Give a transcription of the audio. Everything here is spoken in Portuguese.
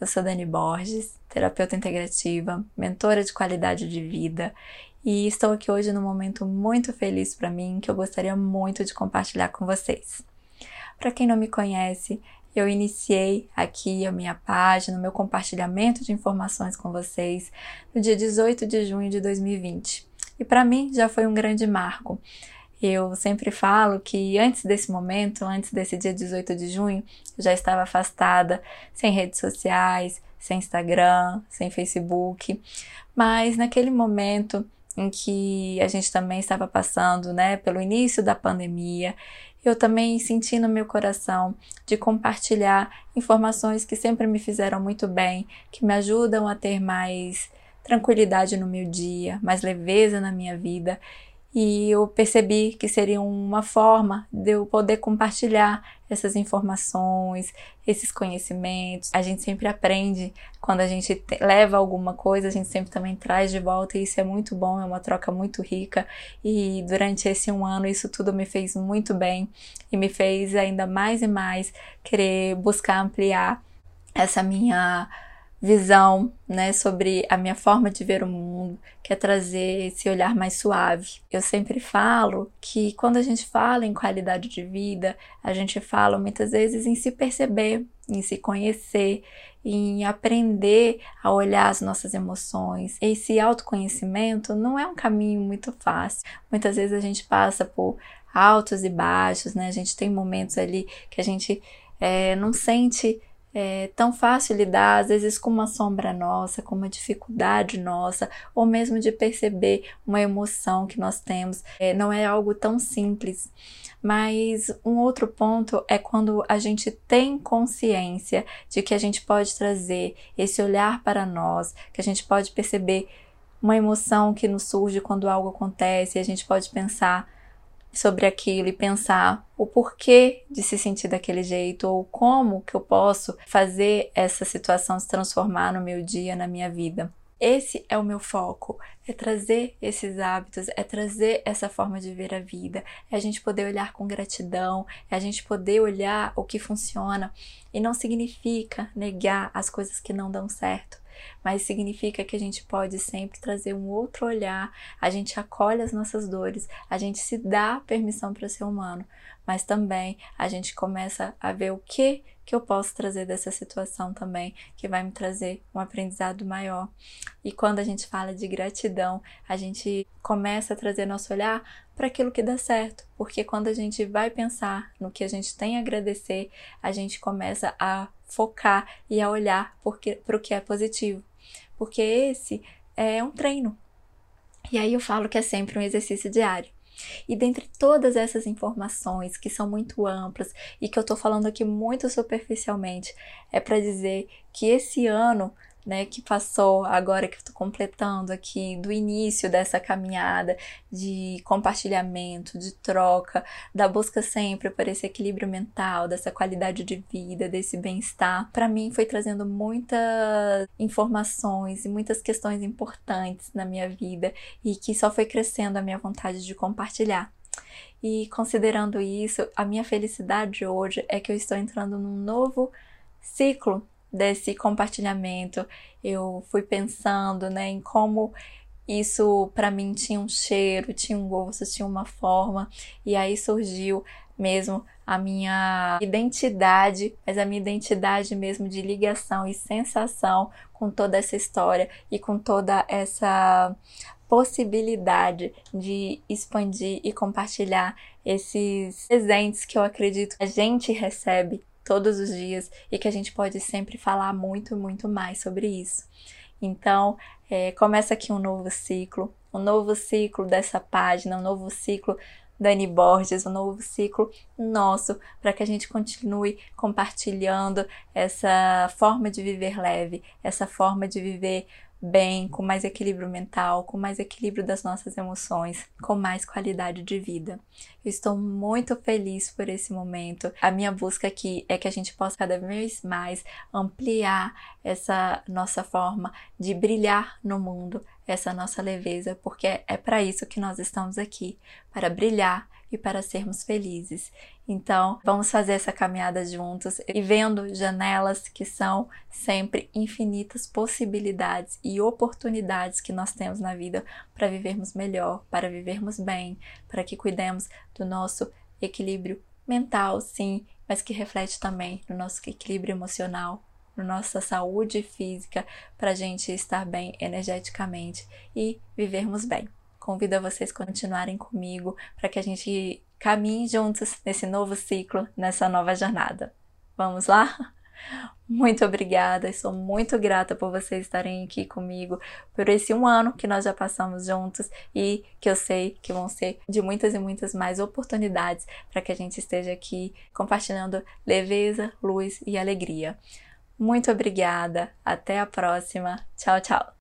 Eu sou Dani Borges, terapeuta integrativa, mentora de qualidade de vida, e estou aqui hoje num momento muito feliz para mim, que eu gostaria muito de compartilhar com vocês. Para quem não me conhece, eu iniciei aqui a minha página, o meu compartilhamento de informações com vocês no dia 18 de junho de 2020. E para mim já foi um grande marco. Eu sempre falo que antes desse momento, antes desse dia 18 de junho, eu já estava afastada, sem redes sociais, sem Instagram, sem Facebook. Mas naquele momento em que a gente também estava passando, pelo início da pandemia, eu também senti no meu coração de compartilhar informações que sempre me fizeram muito bem, que me ajudam a ter mais tranquilidade no meu dia, mais leveza na minha vida. E eu percebi que seria uma forma de eu poder compartilhar essas informações, esses conhecimentos. A gente sempre aprende, quando a gente leva alguma coisa, a gente sempre também traz de volta, e isso é muito bom, é uma troca muito rica. E durante esse 1 ano isso tudo me fez muito bem e me fez ainda mais e mais querer buscar ampliar essa minha visão, sobre a minha forma de ver o mundo, que é trazer esse olhar mais suave. Eu sempre falo que quando a gente fala em qualidade de vida, a gente fala muitas vezes em se perceber, em se conhecer, em aprender a olhar as nossas emoções. Esse autoconhecimento não é um caminho muito fácil. Muitas vezes a gente passa por altos e baixos, A gente tem momentos ali que a gente não sente tão fácil lidar, às vezes com uma sombra nossa, com uma dificuldade nossa, ou mesmo de perceber uma emoção que nós temos. Não é algo tão simples. Mas um outro ponto é quando a gente tem consciência de que a gente pode trazer esse olhar para nós, que a gente pode perceber uma emoção que nos surge quando algo acontece, e a gente pode pensar sobre aquilo e pensar o porquê de se sentir daquele jeito, ou como que eu posso fazer essa situação se transformar no meu dia, na minha vida. Esse é o meu foco, é trazer esses hábitos, é trazer essa forma de ver a vida, é a gente poder olhar com gratidão, é a gente poder olhar o que funciona, e não significa negar as coisas que não dão certo, mas significa que a gente pode sempre trazer um outro olhar, a gente acolhe as nossas dores, a gente se dá permissão para ser humano, mas também a gente começa a ver o que eu posso trazer dessa situação também, que vai me trazer um aprendizado maior. E quando a gente fala de gratidão, a gente começa a trazer nosso olhar para aquilo que dá certo, porque quando a gente vai pensar no que a gente tem a agradecer, a gente começa a focar e a olhar para o que é positivo, porque esse é um treino. E aí eu falo que é sempre um exercício diário. E dentre todas essas informações que são muito amplas e que eu tô falando aqui muito superficialmente, é para dizer que esse ano, que passou, agora que eu tô completando aqui, do início dessa caminhada de compartilhamento, de troca, da busca sempre por esse equilíbrio mental, dessa qualidade de vida, desse bem-estar, para mim foi trazendo muitas informações e muitas questões importantes na minha vida, e que só foi crescendo a minha vontade de compartilhar. E considerando isso, a minha felicidade hoje é que eu estou entrando num novo ciclo desse compartilhamento. Eu fui pensando, em como isso para mim tinha um cheiro, tinha um gosto, tinha uma forma, e aí surgiu mesmo a minha identidade, mas a minha identidade mesmo de ligação e sensação com toda essa história e com toda essa possibilidade de expandir e compartilhar esses presentes que eu acredito que a gente recebe todos os dias e que a gente pode sempre falar muito, muito mais sobre isso. Então, começa aqui um novo ciclo dessa página, um novo ciclo Dani Borges, um novo ciclo nosso, para que a gente continue compartilhando essa forma de viver leve, essa forma de viver bem, com mais equilíbrio mental, com mais equilíbrio das nossas emoções, com mais qualidade de vida. Eu estou muito feliz por esse momento. A minha busca aqui é que a gente possa cada vez mais ampliar essa nossa forma de brilhar no mundo, essa nossa leveza, porque é para isso que nós estamos aqui, para brilhar e para sermos felizes. Então, vamos fazer essa caminhada juntos e vendo janelas que são sempre infinitas possibilidades e oportunidades que nós temos na vida para vivermos melhor, para vivermos bem, para que cuidemos do nosso equilíbrio mental, sim, mas que reflete também no nosso equilíbrio emocional, na nossa saúde física, para a gente estar bem energeticamente e vivermos bem. Convido a vocês a continuarem comigo para que a gente caminhe juntos nesse novo ciclo, nessa nova jornada. Vamos lá? Muito obrigada e sou muito grata por vocês estarem aqui comigo, por esse 1 ano que nós já passamos juntos e que eu sei que vão ser de muitas e muitas mais oportunidades para que a gente esteja aqui compartilhando leveza, luz e alegria. Muito obrigada, até a próxima, tchau, tchau!